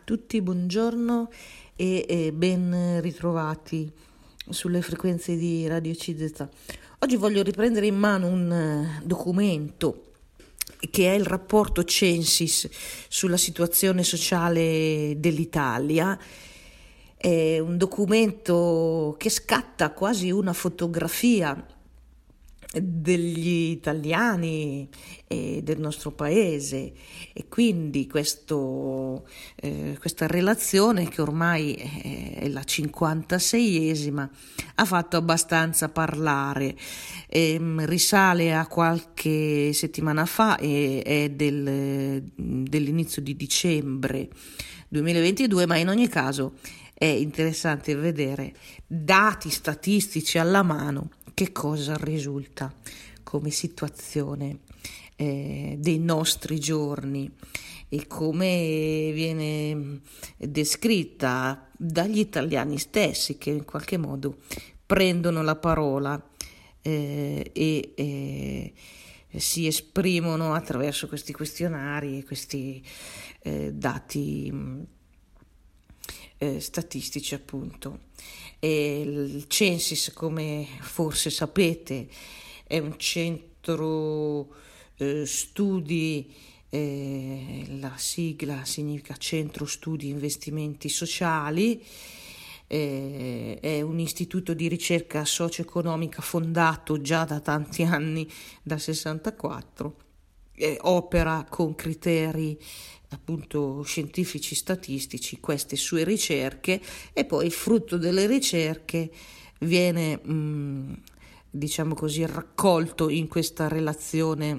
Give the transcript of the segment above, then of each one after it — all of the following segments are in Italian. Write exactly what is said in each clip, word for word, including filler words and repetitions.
tutti, buongiorno e, e ben ritrovati sulle frequenze di Radio C Z. Oggi voglio riprendere in mano un uh, documento che è il rapporto Censis sulla situazione sociale dell'Italia. È un documento che scatta quasi una fotografia degli italiani e del nostro paese, e quindi questo, eh, questa relazione, che ormai è la cinquantaseiesima, ha fatto abbastanza parlare. E, risale a qualche settimana fa e è del, dell'inizio di dicembre duemilaventidue, ma in ogni caso è interessante vedere, dati statistici alla mano, che cosa risulta come situazione eh, dei nostri giorni e come viene descritta dagli italiani stessi, che in qualche modo prendono la parola eh, e eh, si esprimono attraverso questi questionari e questi eh, dati eh, statistici, appunto. E il Censis, come forse sapete, è un centro eh, studi, eh, la sigla significa Centro Studi Investimenti Sociali, eh, è un istituto di ricerca socio-economica fondato già da tanti anni, dal sessantaquattro, eh, opera con criteri appunto scientifici, statistici, queste sue ricerche, e poi frutto delle ricerche viene mh, diciamo così raccolto in questa relazione,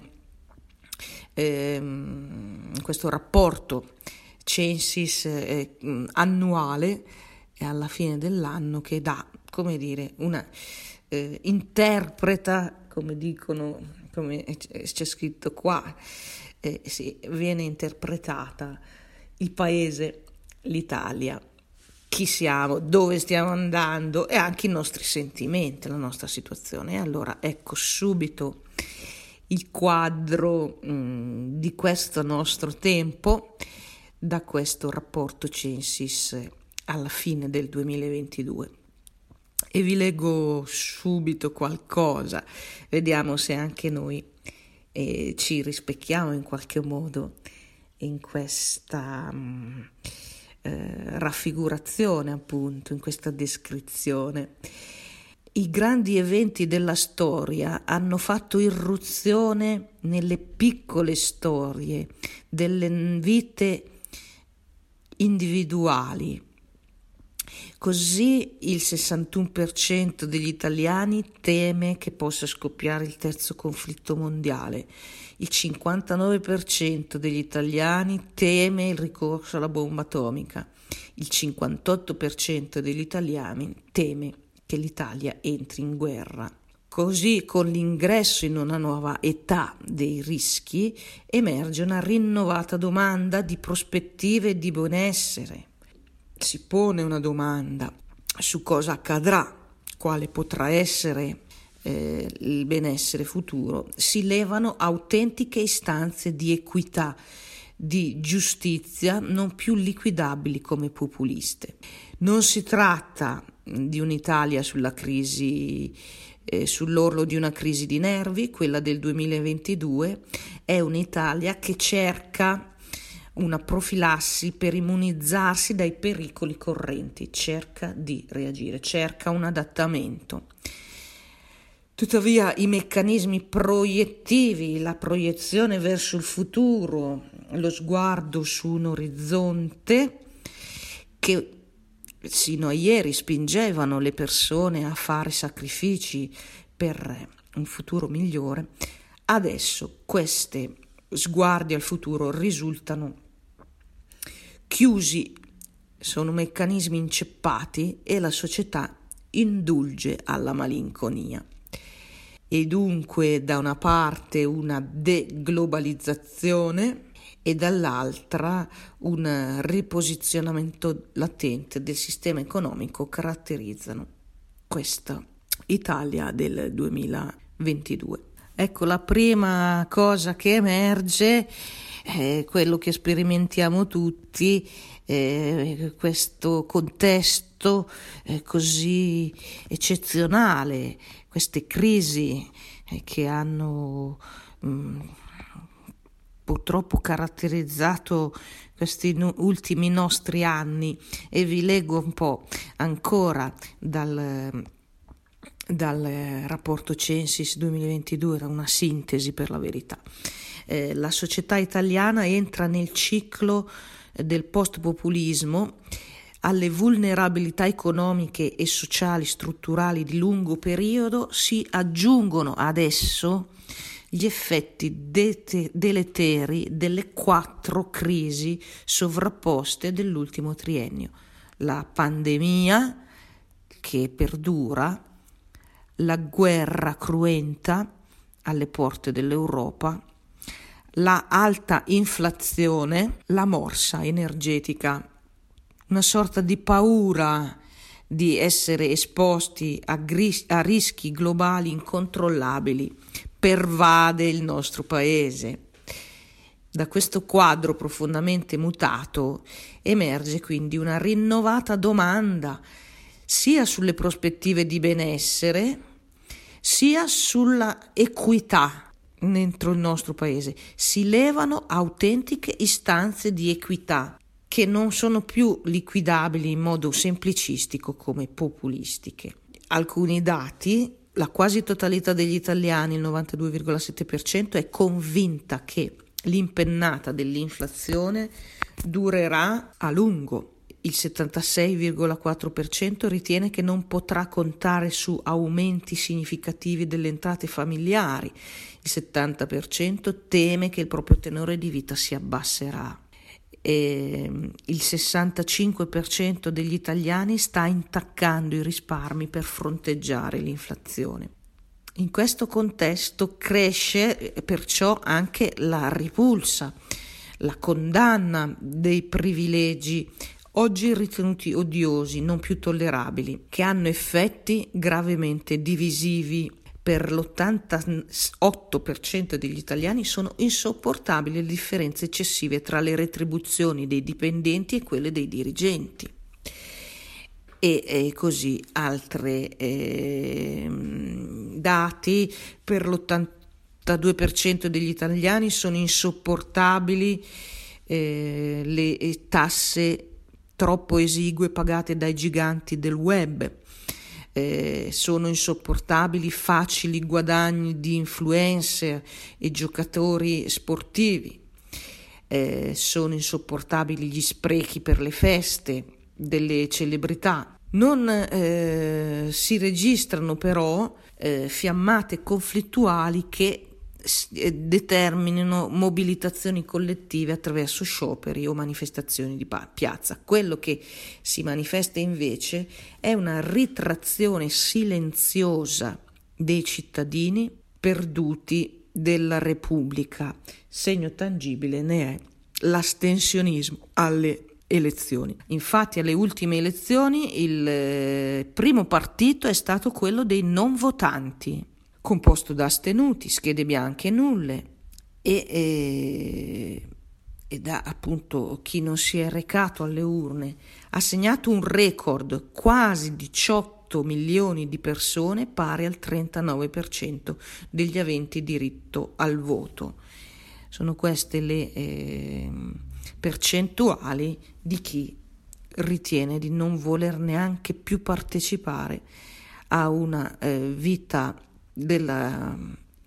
ehm, in questo rapporto Censis eh, annuale, e alla fine dell'anno, che dà, come dire, una eh, interpreta, come dicono, come c'è scritto qua, Eh, sì, viene interpretata il paese, l'Italia, chi siamo, dove stiamo andando e anche i nostri sentimenti, la nostra situazione. E allora ecco subito il quadro mh, di questo nostro tempo da questo rapporto Censis alla fine del duemilaventidue. E vi leggo subito qualcosa, vediamo se anche noi e ci rispecchiamo in qualche modo in questa mh, eh, raffigurazione, appunto, in questa descrizione. I grandi eventi della storia hanno fatto irruzione nelle piccole storie delle vite individuali. Così il sessantuno per cento degli italiani teme che possa scoppiare il terzo conflitto mondiale, il cinquantanove per cento degli italiani teme il ricorso alla bomba atomica, il cinquantotto per cento degli italiani teme che l'Italia entri in guerra. Così, con l'ingresso in una nuova età dei rischi, emerge una rinnovata domanda di prospettive e di benessere. Si pone una domanda su cosa accadrà, quale potrà essere eh, il benessere futuro. Si levano autentiche istanze di equità, di giustizia, non più liquidabili come populiste. Non si tratta di un'Italia sulla crisi, eh, sull'orlo di una crisi di nervi, quella del duemilaventidue è un'Italia che cerca una profilassi per immunizzarsi dai pericoli correnti, cerca di reagire, cerca un adattamento. Tuttavia i meccanismi proiettivi, la proiezione verso il futuro, lo sguardo su un orizzonte che sino a ieri spingevano le persone a fare sacrifici per un futuro migliore, adesso questi sguardi al futuro risultano chiusi, sono meccanismi inceppati e la società indulge alla malinconia. E dunque da una parte una deglobalizzazione e dall'altra un riposizionamento latente del sistema economico caratterizzano questa Italia del duemilaventidue. Ecco, la prima cosa che emerge, eh, quello che sperimentiamo tutti, eh, questo contesto eh, così eccezionale, queste crisi eh, che hanno mh, purtroppo caratterizzato questi no- ultimi nostri anni, e vi leggo un po' ancora dal, dal rapporto Censis duemilaventidue, era una sintesi per la verità. Eh, la società italiana entra nel ciclo del post-populismo. Alle vulnerabilità economiche e sociali strutturali di lungo periodo si aggiungono adesso gli effetti de- deleteri delle quattro crisi sovrapposte dell'ultimo triennio: la pandemia che perdura, la guerra cruenta alle porte dell'Europa, la alta inflazione, la morsa energetica. Una sorta di paura di essere esposti a, gris- a rischi globali incontrollabili pervade il nostro paese. Da questo quadro profondamente mutato emerge quindi una rinnovata domanda sia sulle prospettive di benessere sia sulla equità dentro il nostro paese. Si levano autentiche istanze di equità che non sono più liquidabili in modo semplicistico come populistiche. Alcuni dati: la quasi totalità degli italiani, il novantadue virgola sette per cento, è convinta che l'impennata dell'inflazione durerà a lungo. Il settantasei virgola quattro per cento ritiene che non potrà contare su aumenti significativi delle entrate familiari. Il settanta per cento teme che il proprio tenore di vita si abbasserà. E il sessantacinque per cento degli italiani sta intaccando i risparmi per fronteggiare l'inflazione. In questo contesto cresce perciò anche la ripulsa, la condanna dei privilegi oggi ritenuti odiosi, non più tollerabili, che hanno effetti gravemente divisivi. Per l'ottantotto per cento degli italiani sono insopportabili le differenze eccessive tra le retribuzioni dei dipendenti e quelle dei dirigenti. E, e così altri eh, dati: per l'ottantadue per cento degli italiani sono insopportabili eh, le tasse troppo esigue pagate dai giganti del web. Eh, sono insopportabili facili guadagni di influencer e giocatori sportivi, eh, sono insopportabili gli sprechi per le feste delle celebrità. Non eh, si registrano però eh, fiammate conflittuali che determinino mobilitazioni collettive attraverso scioperi o manifestazioni di piazza. Quello che si manifesta invece è una ritrazione silenziosa dei cittadini perduti della Repubblica. Segno tangibile ne è l'astensionismo alle elezioni. Infatti alle ultime elezioni il primo partito è stato quello dei non votanti, composto da astenuti, schede bianche e nulle, e, e, e da appunto chi non si è recato alle urne. Ha segnato un record: quasi diciotto milioni di persone, pari al trentanove per cento degli aventi diritto al voto. Sono queste le eh, percentuali di chi ritiene di non voler neanche più partecipare a una eh, vita della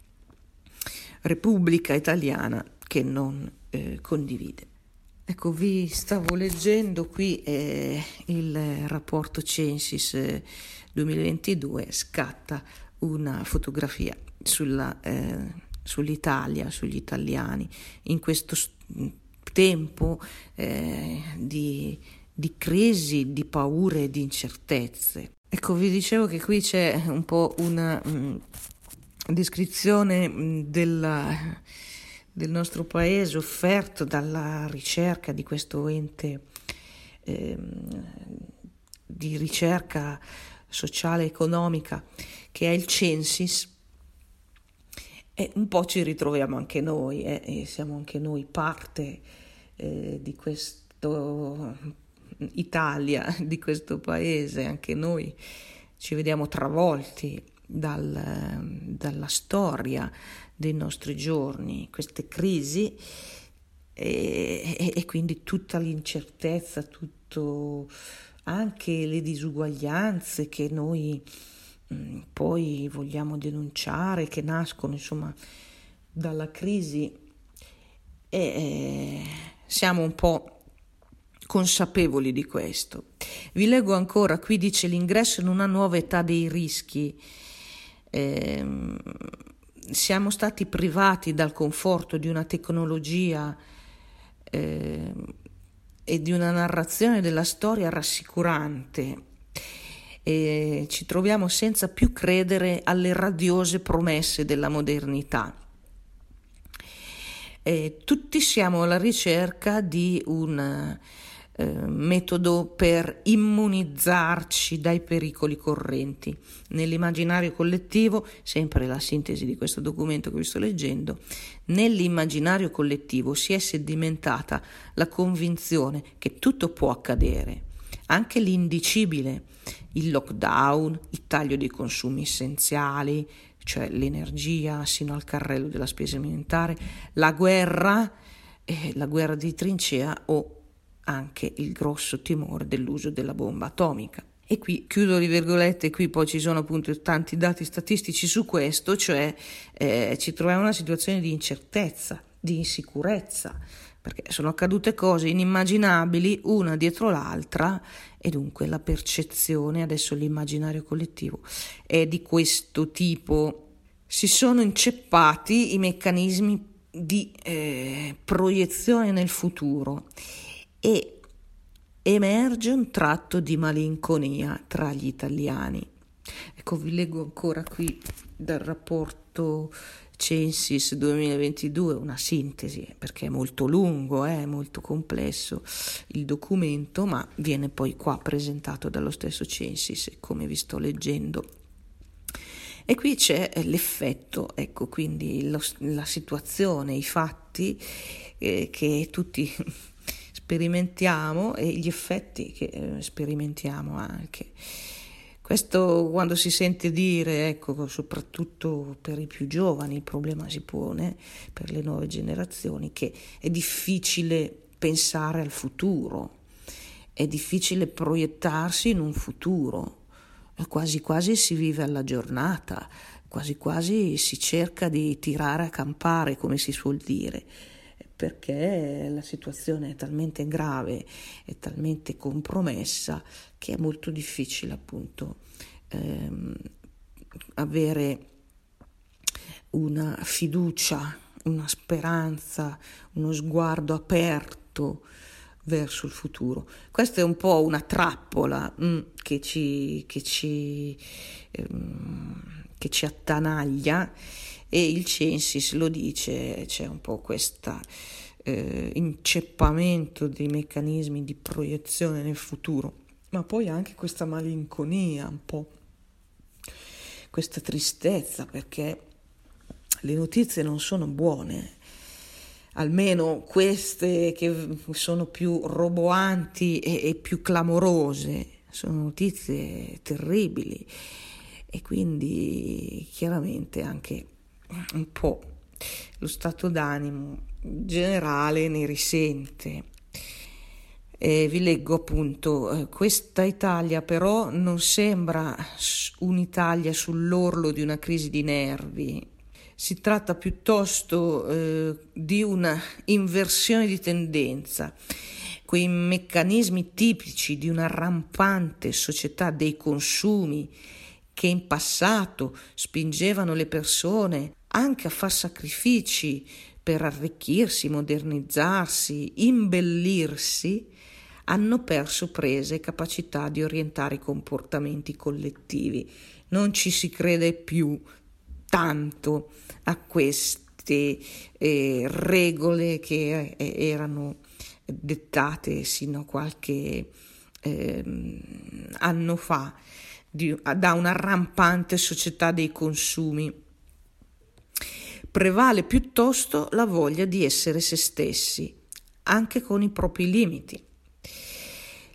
Repubblica Italiana che non eh, condivide. Ecco, vi stavo leggendo qui eh, il rapporto Censis eh, duemilaventidue, scatta una fotografia sulla, eh, sull'Italia, sugli italiani in questo tempo eh, di, di crisi, di paure, di incertezze. Ecco, vi dicevo che qui c'è un po' una mh, descrizione mh, della, del nostro paese offerto dalla ricerca di questo ente eh, di ricerca sociale e economica che è il Censis, e un po' ci ritroviamo anche noi, eh, e siamo anche noi parte eh, di questo questo Italia, di questo paese, anche noi ci vediamo travolti dal, dalla storia dei nostri giorni, queste crisi e, e, e quindi tutta l'incertezza, tutto, anche le disuguaglianze che noi mh, poi vogliamo denunciare, che nascono insomma dalla crisi, e eh, siamo un po' consapevoli di questo. Vi leggo ancora, qui dice: l'ingresso in una nuova età dei rischi. Eh, siamo stati privati dal conforto di una tecnologia eh, e di una narrazione della storia rassicurante. E ci troviamo senza più credere alle radiose promesse della modernità. E tutti siamo alla ricerca di un Eh, metodo per immunizzarci dai pericoli correnti. Nell'immaginario collettivo, sempre la sintesi di questo documento che vi sto leggendo, nell'immaginario collettivo si è sedimentata la convinzione che tutto può accadere, anche l'indicibile, il lockdown, il taglio dei consumi essenziali, cioè l'energia, sino al carrello della spesa alimentare, la guerra, eh, la guerra di trincea o anche il grosso timore dell'uso della bomba atomica. E qui chiudo le virgolette, qui poi ci sono appunto tanti dati statistici su questo, cioè eh, ci troviamo in una situazione di incertezza, di insicurezza, perché sono accadute cose inimmaginabili una dietro l'altra e dunque la percezione, adesso l'immaginario collettivo, è di questo tipo. Si sono inceppati i meccanismi di eh, proiezione nel futuro e emerge un tratto di malinconia tra gli italiani. Ecco, vi leggo ancora qui dal rapporto Censis duemilaventidue una sintesi, perché è molto lungo, è molto complesso il documento, ma viene poi qua presentato dallo stesso Censis, come vi sto leggendo. E qui c'è l'effetto, ecco, quindi lo, la situazione, i fatti eh, che tutti sperimentiamo e gli effetti che eh, sperimentiamo anche. Questo quando si sente dire, ecco, soprattutto per i più giovani, il problema si pone per le nuove generazioni, che è difficile pensare al futuro, è difficile proiettarsi in un futuro, quasi quasi si vive alla giornata, quasi quasi si cerca di tirare a campare, come si suol dire, perché la situazione è talmente grave, è talmente compromessa che è molto difficile appunto ehm, avere una fiducia, una speranza, uno sguardo aperto verso il futuro. Questa è un po' una trappola mh, che ci che ci ehm, che ci attanaglia, e il Censis lo dice, c'è un po' questo eh, inceppamento dei meccanismi di proiezione nel futuro, ma poi anche questa malinconia, un po' questa tristezza, perché le notizie non sono buone, almeno queste che sono più roboanti e, e più clamorose, sono notizie terribili, e quindi chiaramente anche un po' lo stato d'animo generale ne risente. E vi leggo appunto, eh, questa Italia però non sembra un'Italia sull'orlo di una crisi di nervi, si tratta piuttosto eh, di una inversione di tendenza. Quei meccanismi tipici di una rampante società dei consumi che in passato spingevano le persone anche a far sacrifici per arricchirsi, modernizzarsi, imbellirsi, hanno perso prese e capacità di orientare i comportamenti collettivi. Non ci si crede più tanto a queste eh, regole che eh, erano dettate sino a qualche eh, anno fa di, da una rampante società dei consumi. Prevale piuttosto la voglia di essere se stessi, anche con i propri limiti.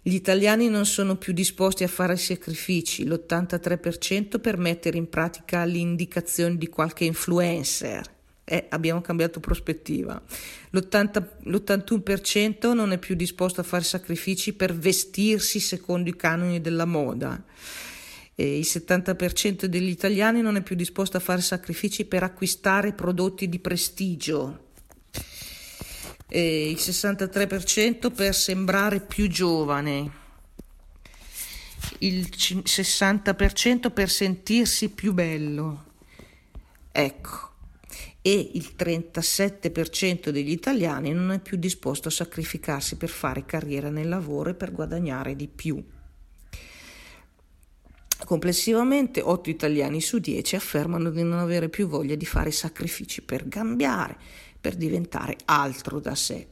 Gli italiani non sono più disposti a fare sacrifici, l'ottantatré per cento per mettere in pratica le indicazioni di qualche influencer. Eh, abbiamo cambiato prospettiva. L'ottanta, l'ottantuno per cento non è più disposto a fare sacrifici per vestirsi secondo i canoni della moda. E il settanta per cento degli italiani non è più disposto a fare sacrifici per acquistare prodotti di prestigio. E il sessantatré per cento per sembrare più giovane. Il sessanta per cento per sentirsi più bello. Ecco. E il trentasette per cento degli italiani non è più disposto a sacrificarsi per fare carriera nel lavoro e per guadagnare di più. Complessivamente otto italiani su dieci affermano di non avere più voglia di fare sacrifici per cambiare, per diventare altro da sé.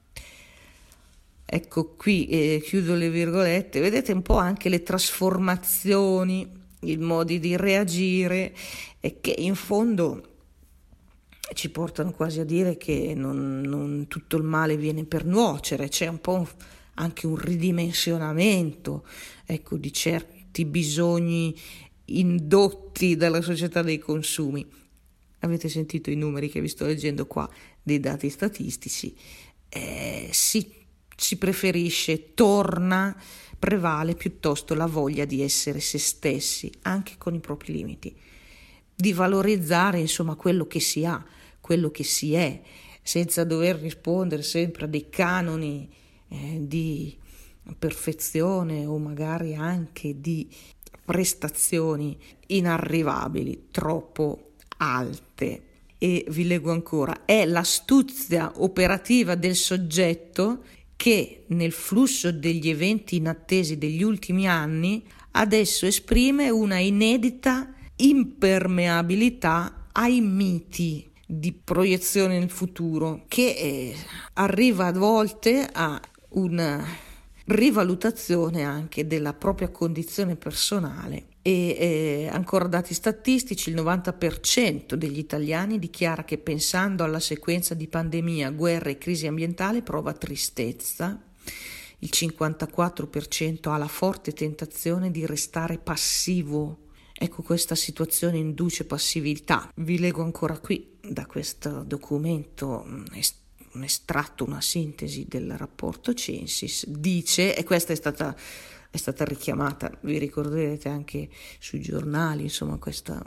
Ecco qui, eh, chiudo le virgolette, vedete un po' anche le trasformazioni, i modi di reagire, e che in fondo ci portano quasi a dire che non, non tutto il male viene per nuocere, c'è un po' anche un ridimensionamento, ecco, di certi bisogni indotti dalla società dei consumi. Avete sentito i numeri che vi sto leggendo qua, dei dati statistici, eh, si, si preferisce, torna, prevale piuttosto la voglia di essere se stessi, anche con i propri limiti, di valorizzare insomma quello che si ha, quello che si è, senza dover rispondere sempre a dei canoni eh, di perfezione o magari anche di prestazioni inarrivabili, troppo alte. E vi leggo ancora: è l'astuzia operativa del soggetto che nel flusso degli eventi inattesi degli ultimi anni adesso esprime una inedita impermeabilità ai miti di proiezione nel futuro, che eh, arriva a volte a una rivalutazione anche della propria condizione personale. E eh, ancora dati statistici: il novanta per cento degli italiani dichiara che pensando alla sequenza di pandemia, guerra e crisi ambientale prova tristezza. Il cinquantaquattro per cento ha la forte tentazione di restare passivo. Ecco, questa situazione induce passività. Vi leggo ancora qui da questo documento un estratto, una sintesi del rapporto Censis. Dice, e questa è stata, è stata richiamata, vi ricorderete anche sui giornali, insomma, questa,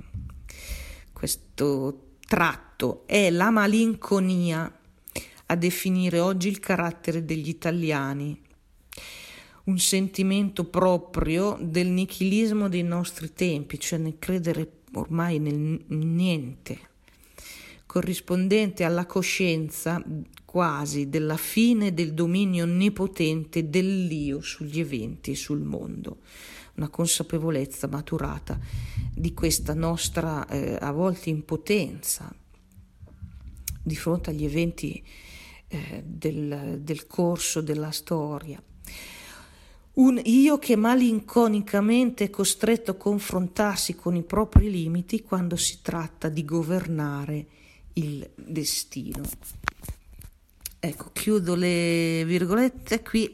questo tratto: è la malinconia a definire oggi il carattere degli italiani. Un sentimento proprio del nichilismo dei nostri tempi, cioè nel credere ormai nel niente, corrispondente alla coscienza quasi della fine del dominio onnipotente dell'io sugli eventi e sul mondo. Una consapevolezza maturata di questa nostra eh, a volte impotenza di fronte agli eventi eh, del, del corso della storia. Un io che malinconicamente è costretto a confrontarsi con i propri limiti quando si tratta di governare il destino. Ecco, chiudo le virgolette qui.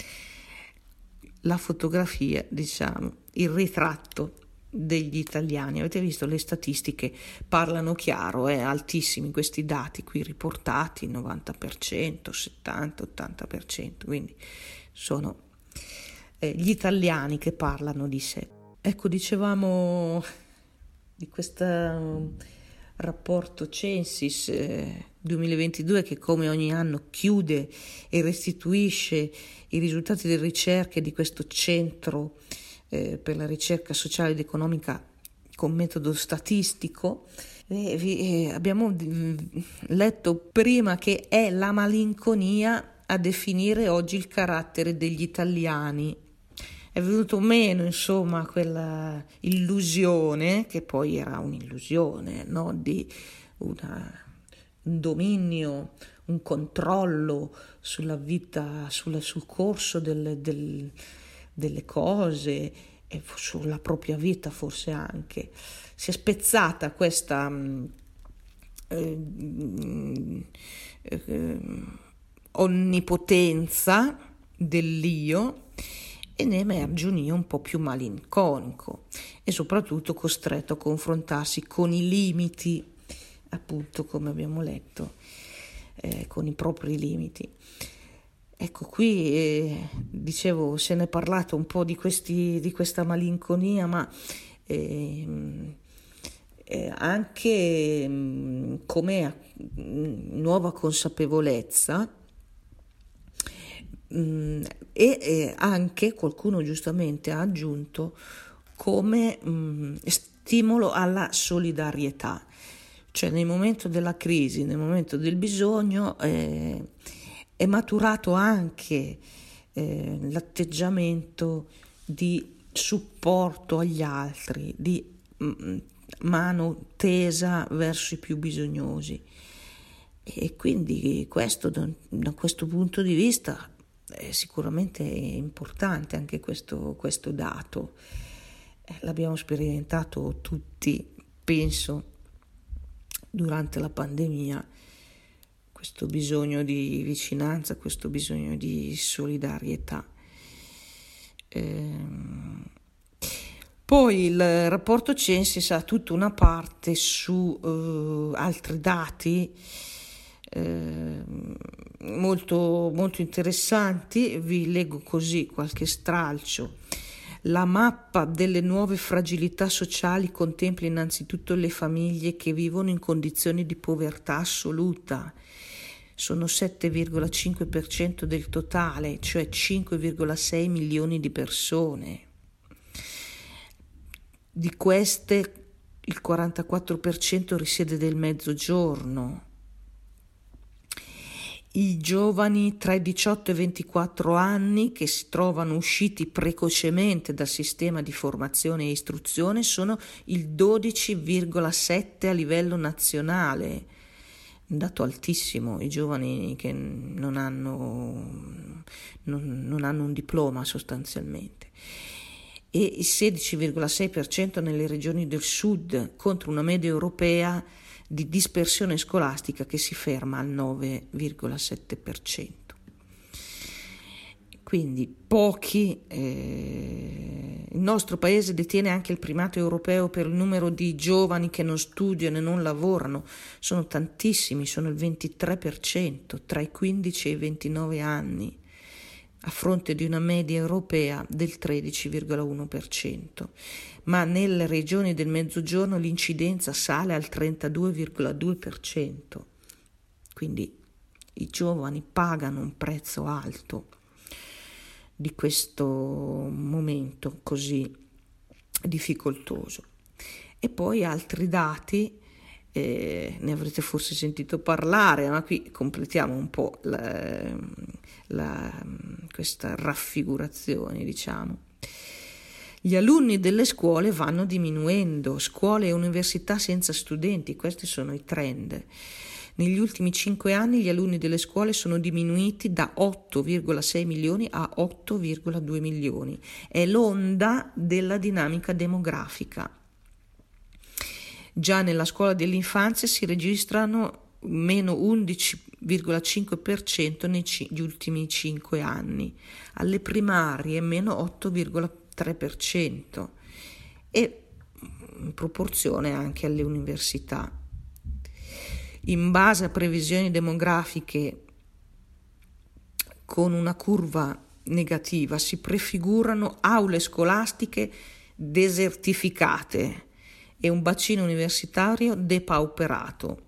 La fotografia, diciamo, il ritratto degli italiani. Avete visto, le statistiche parlano chiaro, eh, altissimi questi dati qui riportati, novanta per cento, settanta, ottanta per cento, quindi sono Eh, gli italiani che parlano di sé. Ecco, dicevamo di questo um, rapporto Censis eh, duemilaventidue, che come ogni anno chiude e restituisce i risultati delle ricerche di questo centro eh, per la ricerca sociale ed economica con metodo statistico. Eh, vi, eh, abbiamo letto prima che è la malinconia a definire oggi il carattere degli italiani. È venuto meno, insomma, quella illusione, che poi era un'illusione, no? Di una, un dominio, un controllo sulla vita, sulla, sul corso del, del, delle cose e sulla propria vita forse anche. Si è spezzata questa eh, eh, onnipotenza dell'io e ne emerge un io un po' più malinconico e soprattutto costretto a confrontarsi con i limiti, appunto, come abbiamo letto, eh, con i propri limiti. Ecco, qui eh, dicevo, se ne è parlato un po' di, questi, di questa malinconia, ma eh, eh, anche mh, come mh, nuova consapevolezza mh, e eh, anche qualcuno giustamente ha aggiunto come mh, stimolo alla solidarietà, cioè nel momento della crisi, nel momento del bisogno, eh, è maturato anche eh, l'atteggiamento di supporto agli altri, di mh, mano tesa verso i più bisognosi. E quindi questo, da, da questo punto di vista, è sicuramente importante anche questo, questo dato. Eh, l'abbiamo sperimentato tutti, penso, durante la pandemia, questo bisogno di vicinanza, questo bisogno di solidarietà. Ehm, poi il rapporto Censis ha tutta una parte su eh, altri dati eh, molto, molto interessanti. Vi leggo così qualche stralcio. La mappa delle nuove fragilità sociali contempla innanzitutto le famiglie che vivono in condizioni di povertà assoluta. Sono sette virgola cinque per cento del totale, cioè cinque virgola sei milioni di persone. Di queste il quarantaquattro per cento risiede nel mezzogiorno. I giovani tra i diciotto e i ventiquattro anni che si trovano usciti precocemente dal sistema di formazione e istruzione sono il dodici virgola sette a livello nazionale. Un dato altissimo, i giovani che non hanno, non, non hanno un diploma sostanzialmente, e il sedici virgola sei per cento nelle regioni del sud, contro una media europea di dispersione scolastica che si ferma al nove virgola sette per cento. Quindi pochi, eh, il nostro paese detiene anche il primato europeo per il numero di giovani che non studiano e non lavorano, sono tantissimi, sono il ventitré per cento tra i quindici e i ventinove anni, a fronte di una media europea del tredici virgola uno per cento, ma nelle regioni del Mezzogiorno l'incidenza sale al trentadue virgola due per cento, quindi i giovani pagano un prezzo alto di questo momento così difficoltoso. E poi altri dati, eh, ne avrete forse sentito parlare, ma qui completiamo un po' la, la, questa raffigurazione, diciamo. Gli alunni delle scuole vanno diminuendo, scuole e università senza studenti, questi sono i trend. Negli ultimi cinque anni gli alunni delle scuole sono diminuiti da otto virgola sei milioni a otto virgola due milioni. È l'onda della dinamica demografica. Già nella scuola dell'infanzia si registrano meno undici virgola cinque per cento negli ultimi cinque anni, alle primarie meno otto virgola tre per cento e in proporzione anche alle università. In base a previsioni demografiche con una curva negativa si prefigurano aule scolastiche desertificate e un bacino universitario depauperato.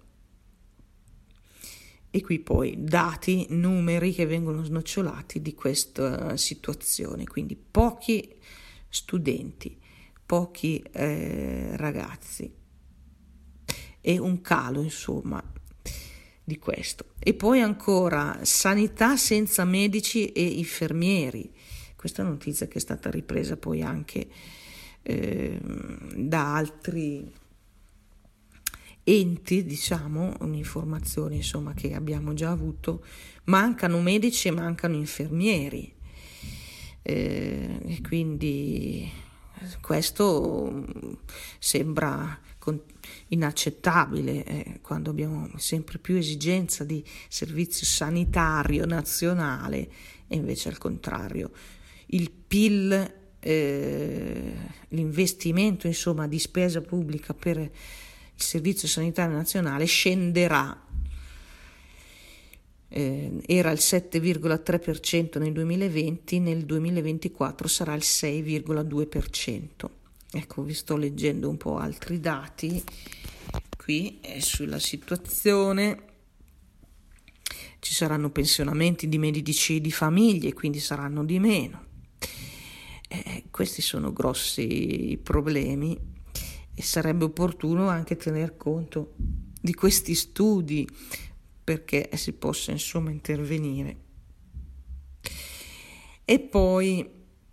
E qui poi dati, numeri che vengono snocciolati di questa situazione, quindi pochi studenti, pochi eh, ragazzi. E un calo, insomma, di questo. E poi ancora sanità senza medici e infermieri. Questa notizia che è stata ripresa poi anche eh, da altri enti, diciamo, un'informazione insomma che abbiamo già avuto. Mancano medici e mancano infermieri. Eh, e quindi questo sembra inaccettabile eh, quando abbiamo sempre più esigenza di servizio sanitario nazionale e invece al contrario. Il P I L, eh, l'investimento insomma di spesa pubblica per il Servizio Sanitario Nazionale scenderà. Eh, era il sette virgola tre per cento nel duemilaventi, nel duemilaventiquattro sarà il sei virgola due per cento. Ecco, vi sto leggendo un po' altri dati qui eh, sulla situazione. Ci saranno pensionamenti di medici di famiglie, quindi saranno di meno. Eh, questi sono grossi problemi e sarebbe opportuno anche tener conto di questi studi perché si possa insomma intervenire. E poi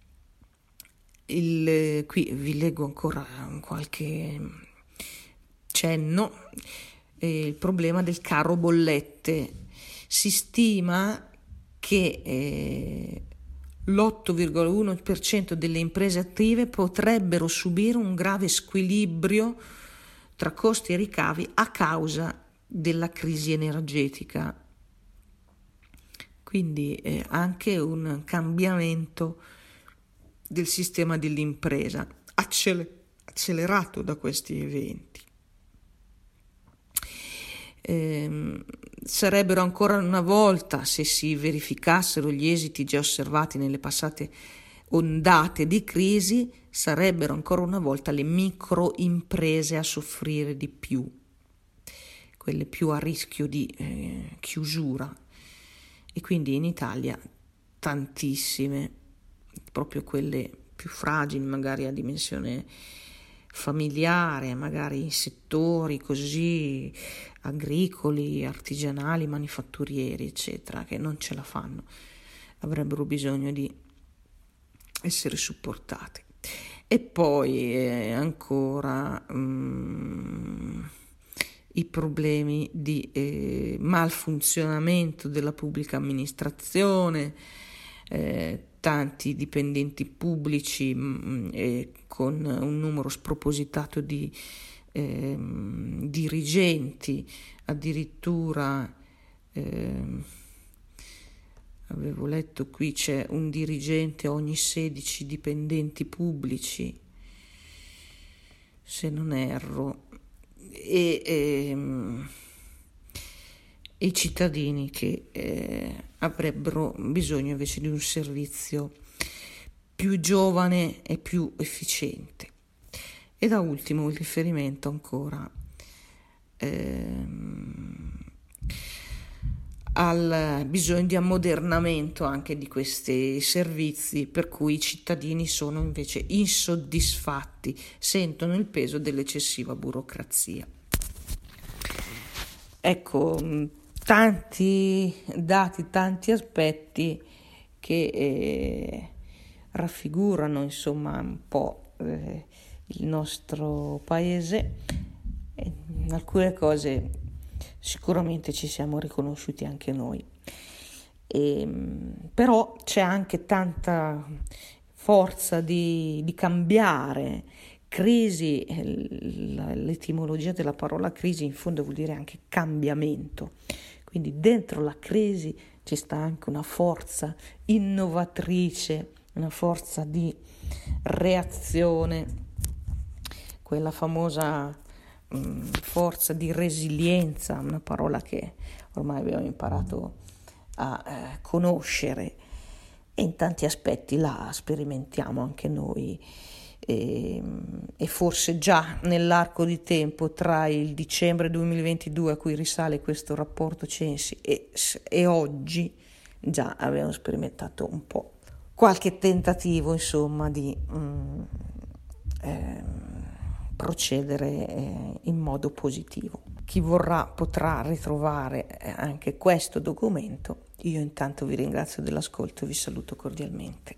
il, qui vi leggo ancora qualche cenno, eh, il problema del caro bollette. Si stima che eh, l'otto virgola uno per cento delle imprese attive potrebbero subire un grave squilibrio tra costi e ricavi a causa della crisi energetica. Quindi eh, anche un cambiamento del sistema dell'impresa acceler- accelerato da questi eventi. Eh, sarebbero ancora una volta, se si verificassero gli esiti già osservati nelle passate ondate di crisi, sarebbero ancora una volta le microimprese a soffrire di più, quelle più a rischio di eh, chiusura, e quindi in Italia tantissime, proprio quelle più fragili, magari a dimensione familiare, magari in settori così agricoli, artigianali, manifatturieri, eccetera, che non ce la fanno, avrebbero bisogno di essere supportate. E poi eh, ancora um, i problemi di eh, malfunzionamento della pubblica amministrazione, eh, tanti dipendenti pubblici mh, eh, con un numero spropositato di eh, dirigenti, addirittura eh, avevo letto qui c'è un dirigente ogni sedici dipendenti pubblici, se non erro, e, e i cittadini che eh, avrebbero bisogno invece di un servizio più giovane e più efficiente. E da ultimo il riferimento ancora ehm, al bisogno di ammodernamento anche di questi servizi, per cui i cittadini sono invece insoddisfatti, sentono il peso dell'eccessiva burocrazia. Ecco, tanti dati, tanti aspetti che eh, raffigurano insomma un po' eh, il nostro paese. In alcune cose sicuramente ci siamo riconosciuti anche noi, e, però c'è anche tanta forza di, di cambiare. Crisi, l'etimologia della parola crisi in fondo vuol dire anche cambiamento, quindi dentro la crisi ci sta anche una forza innovatrice, una forza di reazione, quella famosa mh, forza di resilienza, una parola che ormai abbiamo imparato a eh, conoscere, e in tanti aspetti la sperimentiamo anche noi. E, e forse già nell'arco di tempo tra il dicembre duemilaventidue, a cui risale questo rapporto Censi, e, e oggi già abbiamo sperimentato un po' qualche tentativo insomma di mm, eh, procedere eh, in modo positivo. Chi vorrà potrà ritrovare anche questo documento. Io intanto vi ringrazio dell'ascolto e vi saluto cordialmente.